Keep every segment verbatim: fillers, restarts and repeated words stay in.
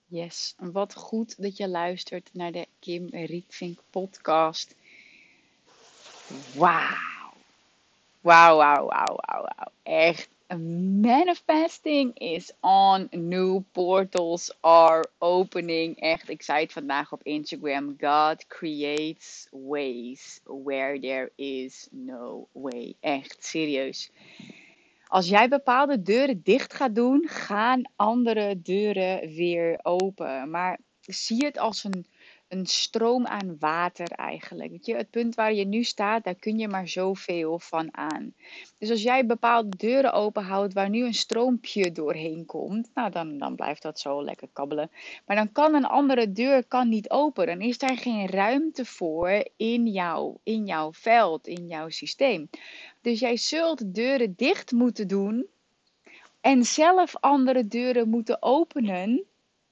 Yes, en wat goed dat je luistert naar de Kim Rietvink podcast. Wauw, wauw, wauw, wauw, wauw, wauw. Echt, manifesting is on. New portals are opening. Echt, ik zei het vandaag op Instagram. God creates ways where there is no way. Echt, serieus. Als jij bepaalde deuren dicht gaat doen, gaan andere deuren weer open. Maar zie het als een, een stroom aan water eigenlijk. Weet je, het punt waar je nu staat, daar kun je maar zoveel van aan. Dus als jij bepaalde deuren openhoudt waar nu een stroompje doorheen komt, nou dan, dan blijft dat zo lekker kabbelen. Maar dan kan een andere deur kan niet open. Dan is daar geen ruimte voor in jou, in jouw veld, in jouw systeem. Dus jij zult deuren dicht moeten doen en zelf andere deuren moeten openen.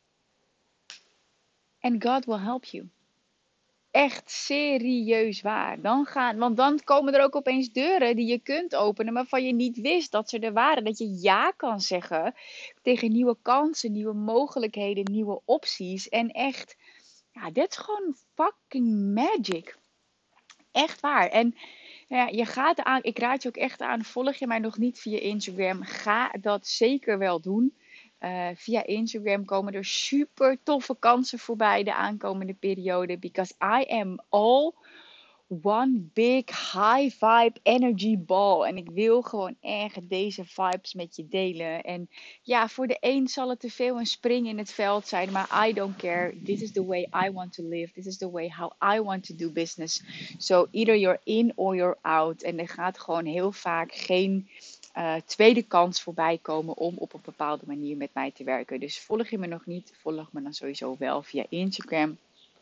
En God will help you. Echt serieus waar. Dan gaan, want dan komen er ook opeens deuren die je kunt openen, maar waarvan je niet wist dat ze er waren. Dat je ja kan zeggen tegen nieuwe kansen, nieuwe mogelijkheden, nieuwe opties. En echt, ja, dit is gewoon fucking magic. Echt waar. En nou ja, je gaat aan, ik raad je ook echt aan, volg je mij nog niet via Instagram, ga dat zeker wel doen. Uh, via Instagram komen er super toffe kansen voorbij de aankomende periode. Because I am all one big high vibe energy ball. En ik wil gewoon echt deze vibes met je delen. En ja, voor de een zal het te veel een spring in het veld zijn. Maar I don't care. This is the way I want to live. This is the way how I want to do business. So either you're in or you're out. En er gaat gewoon heel vaak geen uh, tweede kans voorbij komen om op een bepaalde manier met mij te werken. Dus volg je me nog niet? Volg me dan sowieso wel via Instagram.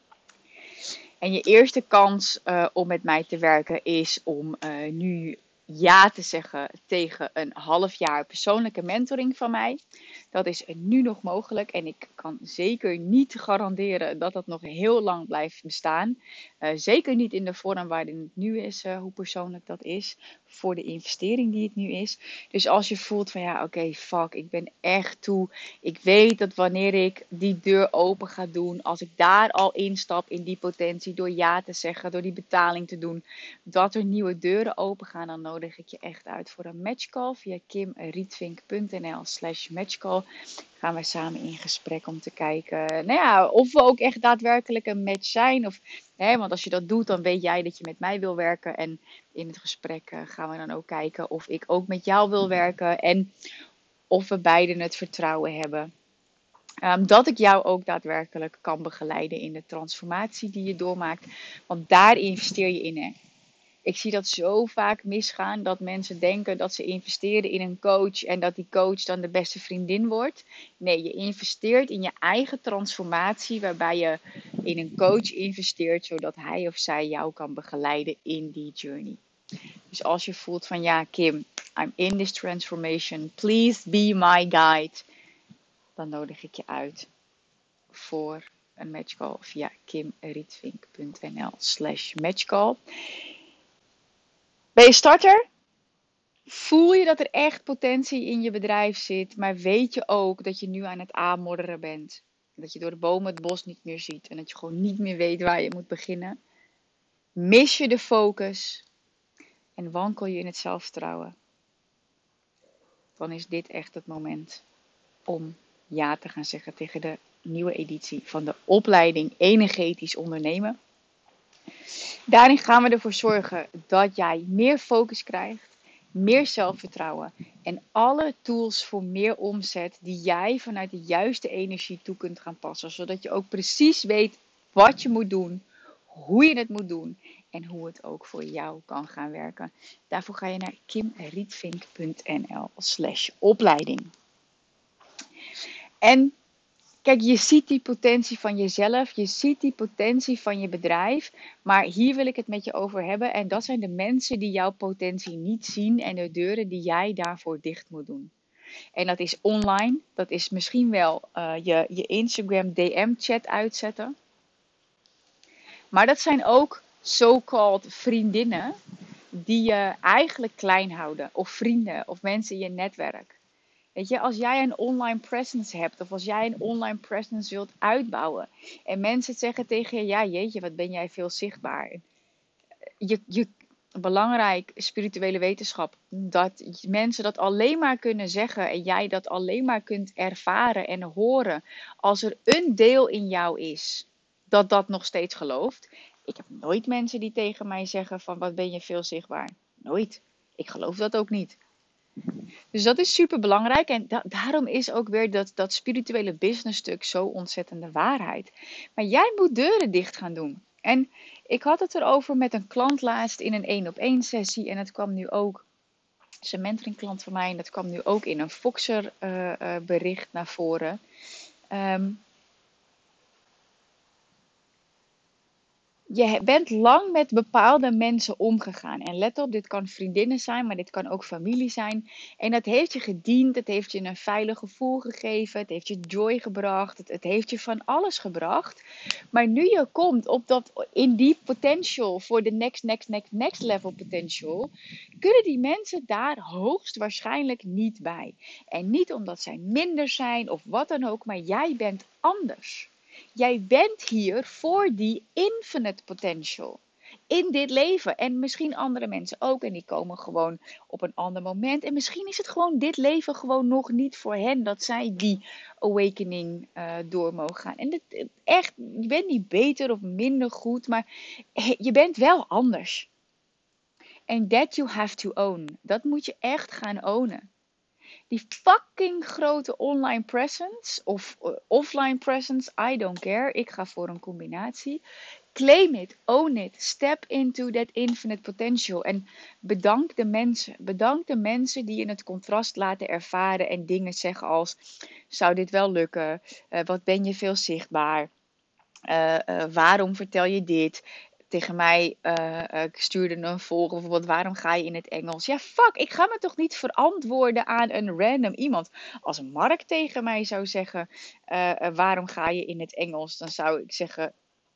En je eerste kans uh, om met mij te werken is om uh, nu ja te zeggen tegen een half jaar persoonlijke mentoring van mij. Dat is nu nog mogelijk en ik kan zeker niet garanderen dat dat nog heel lang blijft bestaan. Uh, zeker niet in de vorm waarin het nu is, uh, hoe persoonlijk dat is, voor de investering die het nu is. Dus als je voelt van ja, oké, okay, fuck, ik ben echt toe. Ik weet dat wanneer ik die deur open ga doen, als ik daar al instap in die potentie, door ja te zeggen, door die betaling te doen, dat er nieuwe deuren open gaan, dan nodig ik je echt uit voor een matchcall via kimrietvink.nl slash matchcall. Gaan we samen in gesprek om te kijken, nou ja, of we ook echt daadwerkelijk een match zijn. Of, hè, want als je dat doet, dan weet jij dat je met mij wil werken. En in het gesprek uh, gaan we dan ook kijken of ik ook met jou wil werken. En of we beiden het vertrouwen hebben. Um, dat ik jou ook daadwerkelijk kan begeleiden in de transformatie die je doormaakt. Want daar investeer je in, hè. Ik zie dat zo vaak misgaan, dat mensen denken dat ze investeren in een coach en dat die coach dan de beste vriendin wordt. Nee, je investeert in je eigen transformatie, waarbij je in een coach investeert, zodat hij of zij jou kan begeleiden in die journey. Dus als je voelt van ja, Kim, I'm in this transformation, please be my guide, dan nodig ik je uit voor een matchcall via kimrietvink.nl slash matchcall. Ben je starter? Voel je dat er echt potentie in je bedrijf zit, maar weet je ook dat je nu aan het aanmodderen bent? Dat je door de bomen het bos niet meer ziet en dat je gewoon niet meer weet waar je moet beginnen? Mis je de focus en wankel je in het zelfvertrouwen? Dan is dit echt het moment om ja te gaan zeggen tegen de nieuwe editie van de opleiding Energetisch Ondernemen. Daarin gaan we ervoor zorgen dat jij meer focus krijgt, meer zelfvertrouwen en alle tools voor meer omzet die jij vanuit de juiste energie toe kunt gaan passen. Zodat je ook precies weet wat je moet doen, hoe je het moet doen en hoe het ook voor jou kan gaan werken. Daarvoor ga je naar kimrietvink.nl slash opleiding. En kijk, je ziet die potentie van jezelf, je ziet die potentie van je bedrijf, maar hier wil ik het met je over hebben en dat zijn de mensen die jouw potentie niet zien en de deuren die jij daarvoor dicht moet doen. En dat is online, dat is misschien wel uh, je, je Instagram D M-chat uitzetten, maar dat zijn ook so-called vriendinnen die je eigenlijk klein houden, of vrienden, of mensen in je netwerk. Weet je, als jij een online presence hebt of als jij een online presence wilt uitbouwen en mensen zeggen tegen je, ja jeetje, wat ben jij veel zichtbaar. Je, je, belangrijk, spirituele wetenschap, dat mensen dat alleen maar kunnen zeggen en jij dat alleen maar kunt ervaren en horen als er een deel in jou is dat dat nog steeds gelooft. Ik heb nooit mensen die tegen mij zeggen van wat ben je veel zichtbaar. Nooit. Ik geloof dat ook niet. Dus dat is super belangrijk en da- daarom is ook weer dat, dat spirituele business stuk zo ontzettende waarheid. Maar jij moet deuren dicht gaan doen. En ik had het erover met een klant laatst in een één op één sessie en het kwam nu ook, het is een mentoring klant van mij en dat kwam nu ook in een Voxer eh, eh, bericht naar voren. Ehm, Je bent lang met bepaalde mensen omgegaan. En let op, dit kan vriendinnen zijn, maar dit kan ook familie zijn. En dat heeft je gediend, het heeft je een veilig gevoel gegeven, het heeft je joy gebracht, het, het heeft je van alles gebracht. Maar nu je komt op dat, in die potential voor de next, next, next, next level potential, kunnen die mensen daar hoogstwaarschijnlijk niet bij. En niet omdat zij minder zijn of wat dan ook, maar jij bent anders. Jij bent hier voor die infinite potential. In dit leven. En misschien andere mensen ook. En die komen gewoon op een ander moment. En misschien is het gewoon dit leven gewoon nog niet voor hen. Dat zij die awakening uh, door mogen gaan. En het, echt, je bent niet beter of minder goed. Maar je bent wel anders. And that you have to own. Dat moet je echt gaan ownen. Die fucking grote online presence of uh, offline presence, I don't care. Ik ga voor een combinatie. Claim it, own it, step into that infinite potential. En bedank de mensen. Bedank de mensen die je het contrast laten ervaren en dingen zeggen als, zou dit wel lukken? Uh, wat ben je veel zichtbaar? Uh, uh, waarom vertel je dit? Tegen mij uh, uh, stuurde een volger bijvoorbeeld, waarom ga je in het Engels? Ja, fuck, ik ga me toch niet verantwoorden aan een random iemand. Als Mark tegen mij zou zeggen, uh, uh, waarom ga je in het Engels? Dan zou ik zeggen,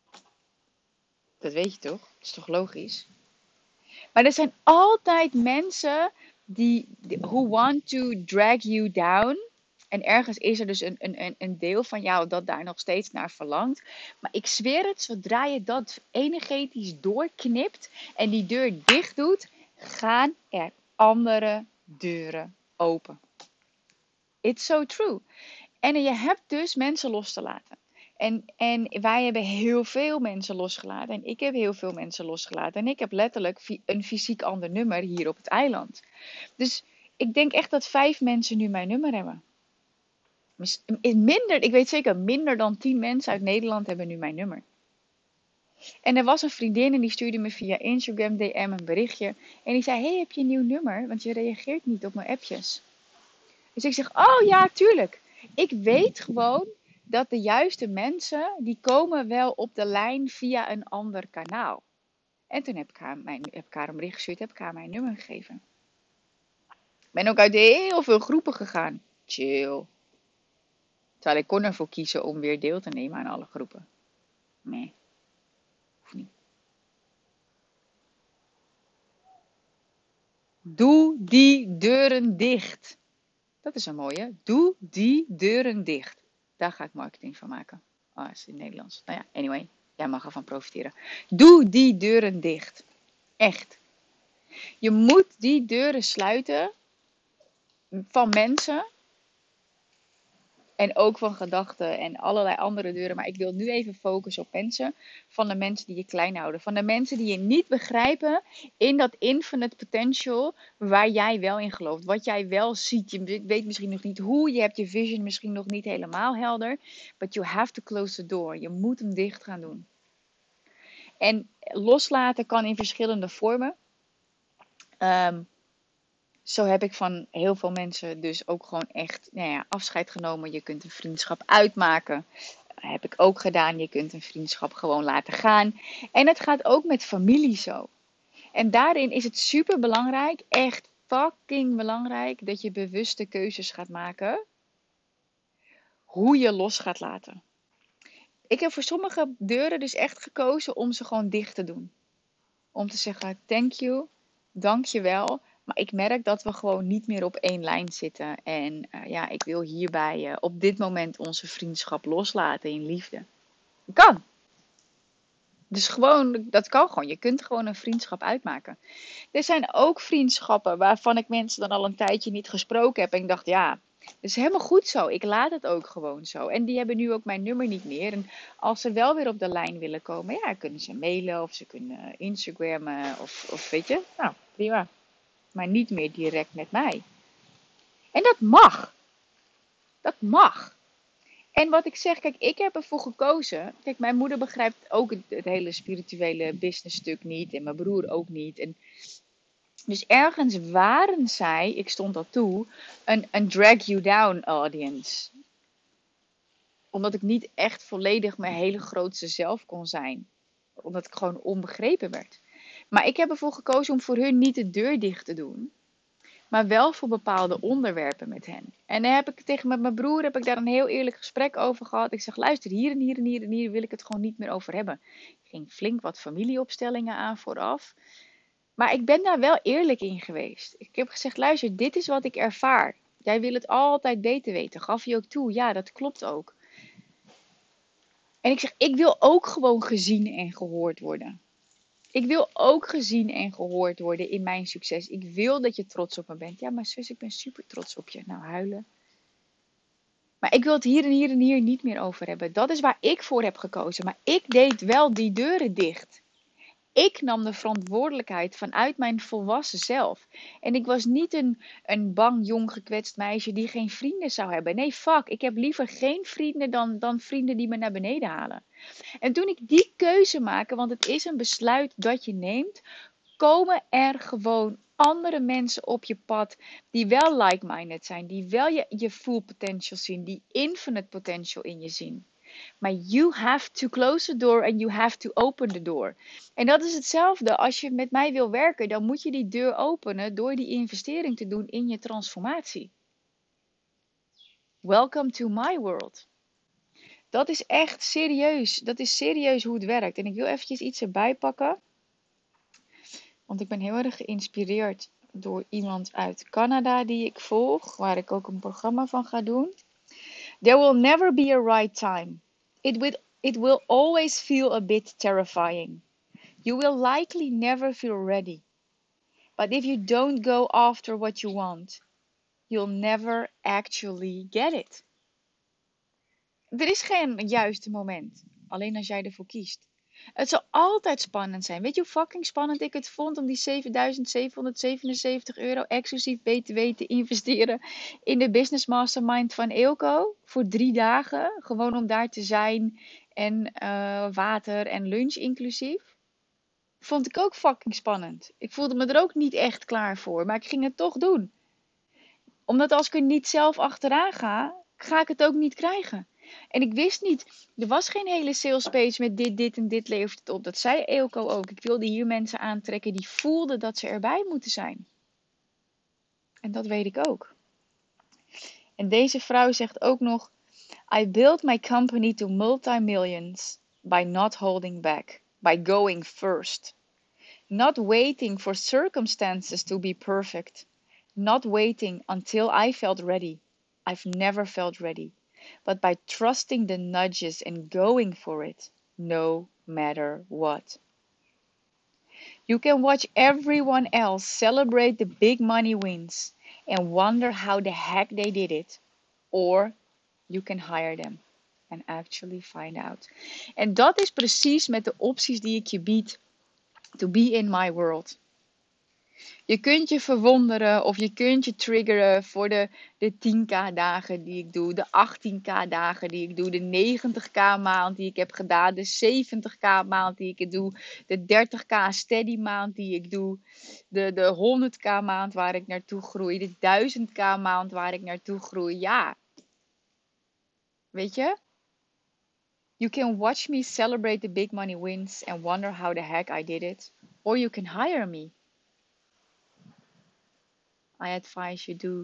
dat weet je toch? Dat is toch logisch? Maar er zijn altijd mensen die, die who want to drag you down. En ergens is er dus een, een, een deel van jou dat daar nog steeds naar verlangt. Maar ik zweer het, zodra je dat energetisch doorknipt en die deur dicht doet, gaan er andere deuren open. It's so true. En je hebt dus mensen los te laten. En, en wij hebben heel veel mensen losgelaten. En ik heb heel veel mensen losgelaten. En ik heb letterlijk een fysiek ander nummer hier op het eiland. Dus ik denk echt dat vijf mensen nu mijn nummer hebben. Minder, ik weet zeker, minder dan tien mensen uit Nederland hebben nu mijn nummer. En er was een vriendin en die stuurde me via Instagram D M een berichtje. En die zei, hey, heb je een nieuw nummer? Want je reageert niet op mijn appjes. Dus ik zeg, oh ja, tuurlijk. Ik weet gewoon dat de juiste mensen, die komen wel op de lijn via een ander kanaal. En toen heb ik haar, mijn, heb ik haar een bericht gestuurd, heb ik haar mijn nummer gegeven. Ik ben ook uit heel veel groepen gegaan. Chill. Terwijl ik kon ervoor kiezen om weer deel te nemen aan alle groepen. Nee, hoeft niet. Doe die deuren dicht. Dat is een mooie. Doe die deuren dicht. Daar ga ik marketing van maken. Ah, oh, is in het Nederlands. Nou ja, anyway. Jij mag ervan profiteren. Doe die deuren dicht. Echt. Je moet die deuren sluiten van mensen. En ook van gedachten en allerlei andere deuren. Maar ik wil nu even focussen op mensen. Van de mensen die je klein houden. Van de mensen die je niet begrijpen in dat infinite potential waar jij wel in gelooft. Wat jij wel ziet. Je weet misschien nog niet hoe. Je hebt je vision misschien nog niet helemaal helder. But you have to close the door. Je moet hem dicht gaan doen. En loslaten kan in verschillende vormen. Um, Zo heb ik van heel veel mensen dus ook gewoon echt nou ja, afscheid genomen. Je kunt een vriendschap uitmaken. Dat heb ik ook gedaan. Je kunt een vriendschap gewoon laten gaan. En het gaat ook met familie zo. En daarin is het super belangrijk, echt fucking belangrijk, dat je bewuste keuzes gaat maken. Hoe je los gaat laten. Ik heb voor sommige deuren dus echt gekozen om ze gewoon dicht te doen. Om te zeggen, thank you, dank je wel. Maar ik merk dat we gewoon niet meer op één lijn zitten. En uh, ja, ik wil hierbij uh, op dit moment onze vriendschap loslaten in liefde. Kan. Dus gewoon, dat kan gewoon. Je kunt gewoon een vriendschap uitmaken. Er zijn ook vriendschappen waarvan ik mensen dan al een tijdje niet gesproken heb. En ik dacht, ja, dat is helemaal goed zo. Ik laat het ook gewoon zo. En die hebben nu ook mijn nummer niet meer. En als ze wel weer op de lijn willen komen, ja, kunnen ze mailen of ze kunnen Instagrammen of, of weet je. Nou, prima. Maar niet meer direct met mij. En dat mag. Dat mag. En wat ik zeg, kijk, ik heb ervoor gekozen. Kijk, mijn moeder begrijpt ook het, het hele spirituele business stuk niet. En mijn broer ook niet. En dus ergens waren zij, ik stond dat toe, een, een drag you down audience. Omdat ik niet echt volledig mijn hele grootste zelf kon zijn. Omdat ik gewoon onbegrepen werd. Maar ik heb ervoor gekozen om voor hun niet de deur dicht te doen. Maar wel voor bepaalde onderwerpen met hen. En dan heb ik tegen met mijn broer heb ik daar een heel eerlijk gesprek over gehad. Ik zeg, luister, hier en hier en hier en hier wil ik het gewoon niet meer over hebben. Ik ging flink wat familieopstellingen aan vooraf. Maar ik ben daar wel eerlijk in geweest. Ik heb gezegd, luister, dit is wat ik ervaar. Jij wil het altijd beter weten. Gaf je ook toe? Ja, dat klopt ook. En ik zeg, ik wil ook gewoon gezien en gehoord worden. Ik wil ook gezien en gehoord worden in mijn succes. Ik wil dat je trots op me bent. Ja, maar zus, ik ben super trots op je. Nou, huilen. Maar ik wil het hier en hier en hier niet meer over hebben. Dat is waar ik voor heb gekozen. Maar ik deed wel die deuren dicht. Ik nam de verantwoordelijkheid vanuit mijn volwassen zelf. En ik was niet een, een bang, jong, gekwetst meisje die geen vrienden zou hebben. Nee, fuck. Ik heb liever geen vrienden dan, dan vrienden die me naar beneden halen. En toen ik die keuze maakte, want het is een besluit dat je neemt, komen er gewoon andere mensen op je pad die wel like-minded zijn. Die wel je, je full potential zien. Die infinite potential in je zien. Maar you have to close the door and you have to open the door. En dat is hetzelfde. Als je met mij wil werken, dan moet je die deur openen door die investering te doen in je transformatie. Welcome to my world. Dat is echt serieus. Dat is serieus hoe het werkt. En ik wil eventjes iets erbij pakken. Want ik ben heel erg geïnspireerd door iemand uit Canada die ik volg. Waar ik ook een programma van ga doen. There will never be a right time. It will, it will always feel a bit terrifying. You will likely never feel ready. But if you don't go after what you want, you'll never actually get it. Er is geen juiste moment. Alleen als jij ervoor kiest. Het zal altijd spannend zijn. Weet je hoe fucking spannend ik het vond om die zevenduizend zevenhonderdzevenenzeventig euro exclusief B T W te investeren in de Business Mastermind van Eelco? Voor drie dagen. Gewoon om daar te zijn en uh, water en lunch inclusief. Vond ik ook fucking spannend. Ik voelde me er ook niet echt klaar voor. Maar ik ging het toch doen. Omdat als ik er niet zelf achteraan ga, ga ik het ook niet krijgen. En ik wist niet, er was geen hele sales page met dit, dit en dit levert het op. Dat zei Eelco ook. Ik wilde hier mensen aantrekken die voelden dat ze erbij moeten zijn. En dat weet ik ook. En deze vrouw zegt ook nog, I built my company to multi-millions by not holding back, by going first. Not waiting for circumstances to be perfect. Not waiting until I felt ready. I've never felt ready. But by trusting the nudges and going for it, no matter what. You can watch everyone else celebrate the big money wins and wonder how the heck they did it. Or you can hire them and actually find out. En dat is precies met de opties die ik je bied. To be in my world. Je kunt je verwonderen of je kunt je triggeren voor de, de tien k dagen die ik doe, de achttien k dagen die ik doe, de negentig k maand die ik heb gedaan, de zeventig k maand die ik doe, de dertig k steady maand die ik doe, de, de honderd k maand waar ik naartoe groei, de duizend k maand waar ik naartoe groei. Ja, weet je? You can watch me celebrate the big money wins and wonder how the heck I did it. Or you can hire me. I advise you do.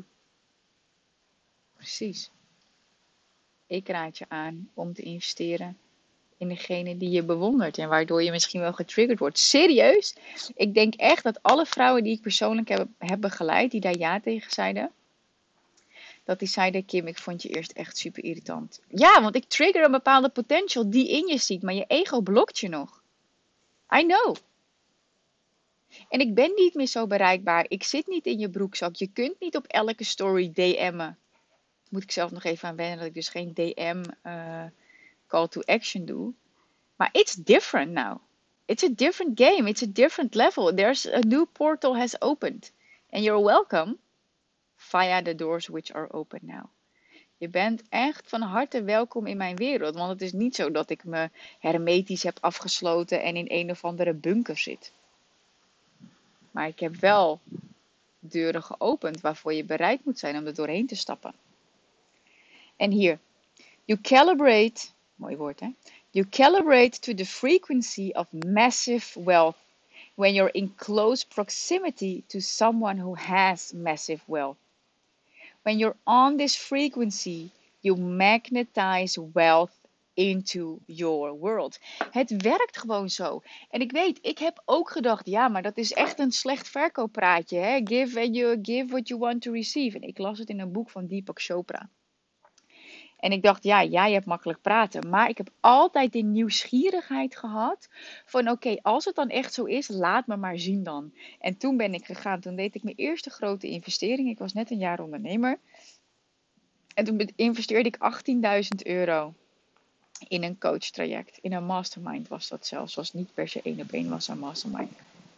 Precies. Ik raad je aan om te investeren in degene die je bewondert en waardoor je misschien wel getriggerd wordt. Serieus? Ik denk echt dat alle vrouwen die ik persoonlijk heb, heb begeleid, die daar ja tegen zeiden, dat die zeiden: Kim, ik vond je eerst echt super irritant. Ja, want ik trigger een bepaalde potential die in je ziet, maar je ego blokt je nog. I know. En ik ben niet meer zo bereikbaar. Ik zit niet in je broekzak. Je kunt niet op elke story D M'en. Moet ik zelf nog even aan wennen dat ik dus geen D M uh, call to action doe. Maar it's different now. It's a different game. It's a different level. There's a new portal has opened. And you're welcome via the doors which are open now. Je bent echt van harte welkom in mijn wereld. Want het is niet zo dat ik me hermetisch heb afgesloten en in een of andere bunker zit. Maar ik heb wel deuren geopend waarvoor je bereid moet zijn om er doorheen te stappen. En hier. You calibrate, mooi woord hè. You calibrate to the frequency of massive wealth when you're in close proximity to someone who has massive wealth. When you're on this frequency, you magnetize wealth into your world. Het werkt gewoon zo. En ik weet, ik heb ook gedacht, ja, maar dat is echt een slecht verkooppraatje. Hè? Give and you give what you want to receive. En ik las het in een boek van Deepak Chopra. En ik dacht, ja, jij hebt makkelijk praten. Maar ik heb altijd die nieuwsgierigheid gehad. Van oké, okay, als het dan echt zo is, laat me maar zien dan. En toen ben ik gegaan. Toen deed ik mijn eerste grote investering. Ik was net een jaar ondernemer. En toen investeerde ik achttienduizend euro in een coachtraject. In een mastermind was dat zelfs. Was niet per se één op één, was een mastermind.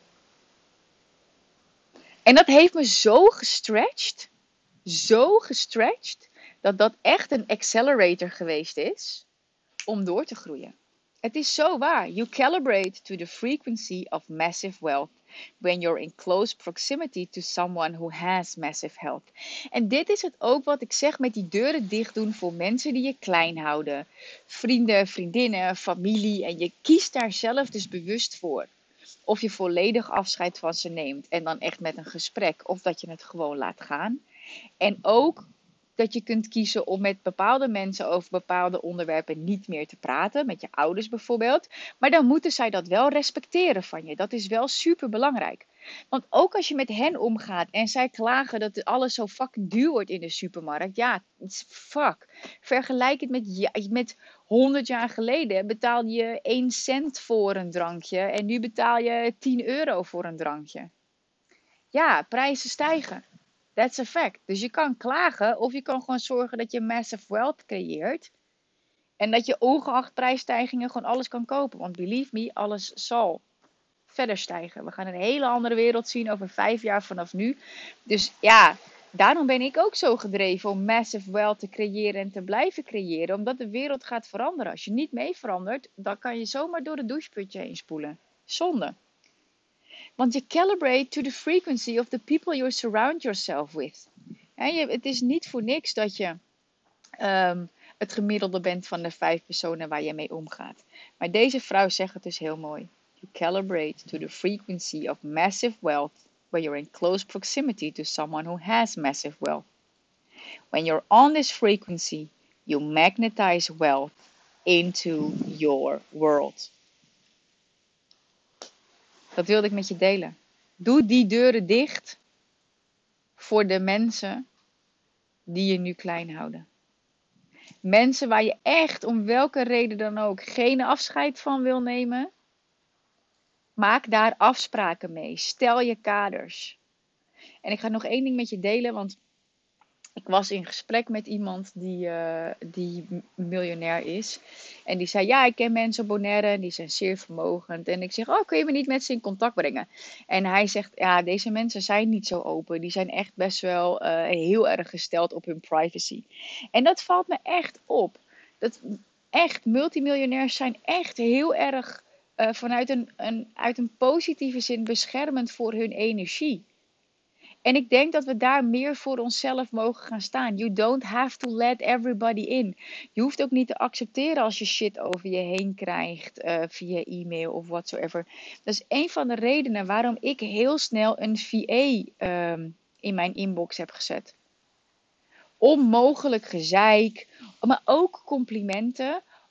En dat heeft me zo gestretched. Zo gestretched. Dat dat echt een accelerator geweest is om door te groeien. Het is zo waar. You calibrate to the frequency of massive wealth when you're in close proximity to someone who has massive health. En dit is het ook wat ik zeg met die deuren dicht doen voor mensen die je klein houden. Vrienden, vriendinnen, familie. En je kiest daar zelf dus bewust voor. Of je volledig afscheid van ze neemt en dan echt met een gesprek. Of dat je het gewoon laat gaan. En ook dat je kunt kiezen om met bepaalde mensen over bepaalde onderwerpen niet meer te praten. Met je ouders bijvoorbeeld. Maar dan moeten zij dat wel respecteren van je. Dat is wel super belangrijk. Want ook als je met hen omgaat en zij klagen dat alles zo fucking duur wordt in de supermarkt. Ja, it's fuck. Vergelijk het met, ja, met honderd jaar geleden betaalde je één cent voor een drankje. En nu betaal je tien euro voor een drankje. Ja, prijzen stijgen. That's a fact. Dus je kan klagen of je kan gewoon zorgen dat je massive wealth creëert. En dat je ongeacht prijsstijgingen gewoon alles kan kopen. Want believe me, alles zal verder stijgen. We gaan een hele andere wereld zien over vijf jaar vanaf nu. Dus ja, daarom ben ik ook zo gedreven om massive wealth te creëren en te blijven creëren. Omdat de wereld gaat veranderen. Als je niet mee verandert, dan kan je zomaar door het doucheputje heen spoelen. Zonde. Want je calibrate to the frequency of the people you surround yourself with. En je, het is niet voor niks dat je um, het gemiddelde bent van de vijf personen waar je mee omgaat. Maar deze vrouw zegt het dus heel mooi. You calibrate to the frequency of massive wealth when you're in close proximity to someone who has massive wealth. When you're on this frequency, you magnetize wealth into your world. Dat wilde ik met je delen. Doe die deuren dicht voor de mensen die je nu klein houden. Mensen waar je echt om welke reden dan ook geen afscheid van wil nemen. Maak daar afspraken mee. Stel je kaders. En ik ga nog één ding met je delen, want ik was in gesprek met iemand die, uh, die miljonair is. En die zei, ja, ik ken mensen op Bonaire en die zijn zeer vermogend. En ik zeg, oh, kun je me niet met ze in contact brengen? En hij zegt, ja, deze mensen zijn niet zo open. Die zijn echt best wel uh, heel erg gesteld op hun privacy. En dat valt me echt op. Dat echt, multimiljonairs zijn echt heel erg uh, vanuit een, een, uit een positieve zin beschermend voor hun energie. En ik denk dat we daar meer voor onszelf mogen gaan staan. You don't have to let everybody in. Je hoeft ook niet te accepteren als je shit over je heen krijgt uh, via e-mail of whatsoever. Dat is een van de redenen waarom ik heel snel een V A um, in mijn inbox heb gezet. Onmogelijk gezeik, maar ook complimenten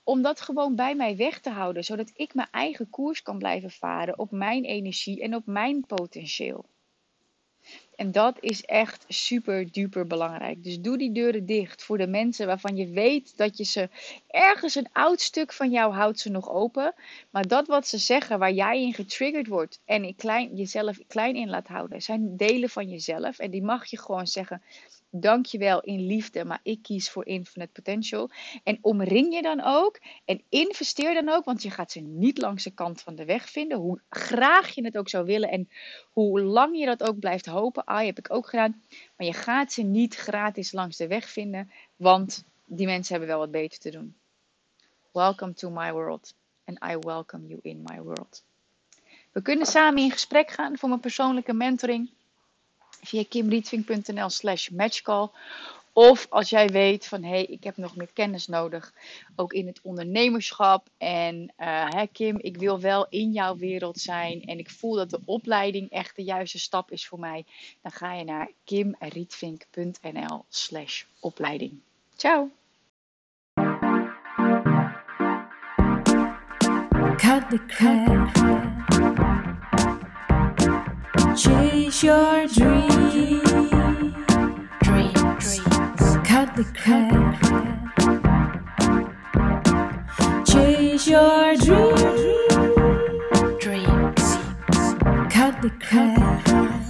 om dat gewoon bij mij weg te houden, zodat ik mijn eigen koers kan blijven varen op mijn energie en op mijn potentieel. En dat is echt super duper belangrijk. Dus doe die deuren dicht voor de mensen waarvan je weet dat je ze ergens een oud stuk van jou houdt ze nog open. Maar dat wat ze zeggen waar jij in getriggerd wordt en in klein, jezelf klein in laat houden, zijn delen van jezelf. En die mag je gewoon zeggen, dankjewel in liefde, maar ik kies voor infinite potential. En omring je dan ook en investeer dan ook, want je gaat ze niet langs de kant van de weg vinden. Hoe graag je het ook zou willen en hoe lang je dat ook blijft hopen. Ah, heb ik ook gedaan. Maar je gaat ze niet gratis langs de weg vinden, want die mensen hebben wel wat beter te doen. Welcome to my world. And I welcome you in my world. We kunnen samen in gesprek gaan voor mijn persoonlijke mentoring via kimrietvink.nl slash matchcall. Of als jij weet van, hé, hey, ik heb nog meer kennis nodig, ook in het ondernemerschap. En uh, hè, Kim, ik wil wel in jouw wereld zijn en ik voel dat de opleiding echt de juiste stap is voor mij. Dan ga je naar kimrietvink.nl slash opleiding. Ciao! Cut the crap. Chase your dream. Dreams. Cut the crap. Chase your dream. Dreams. Cut the crap.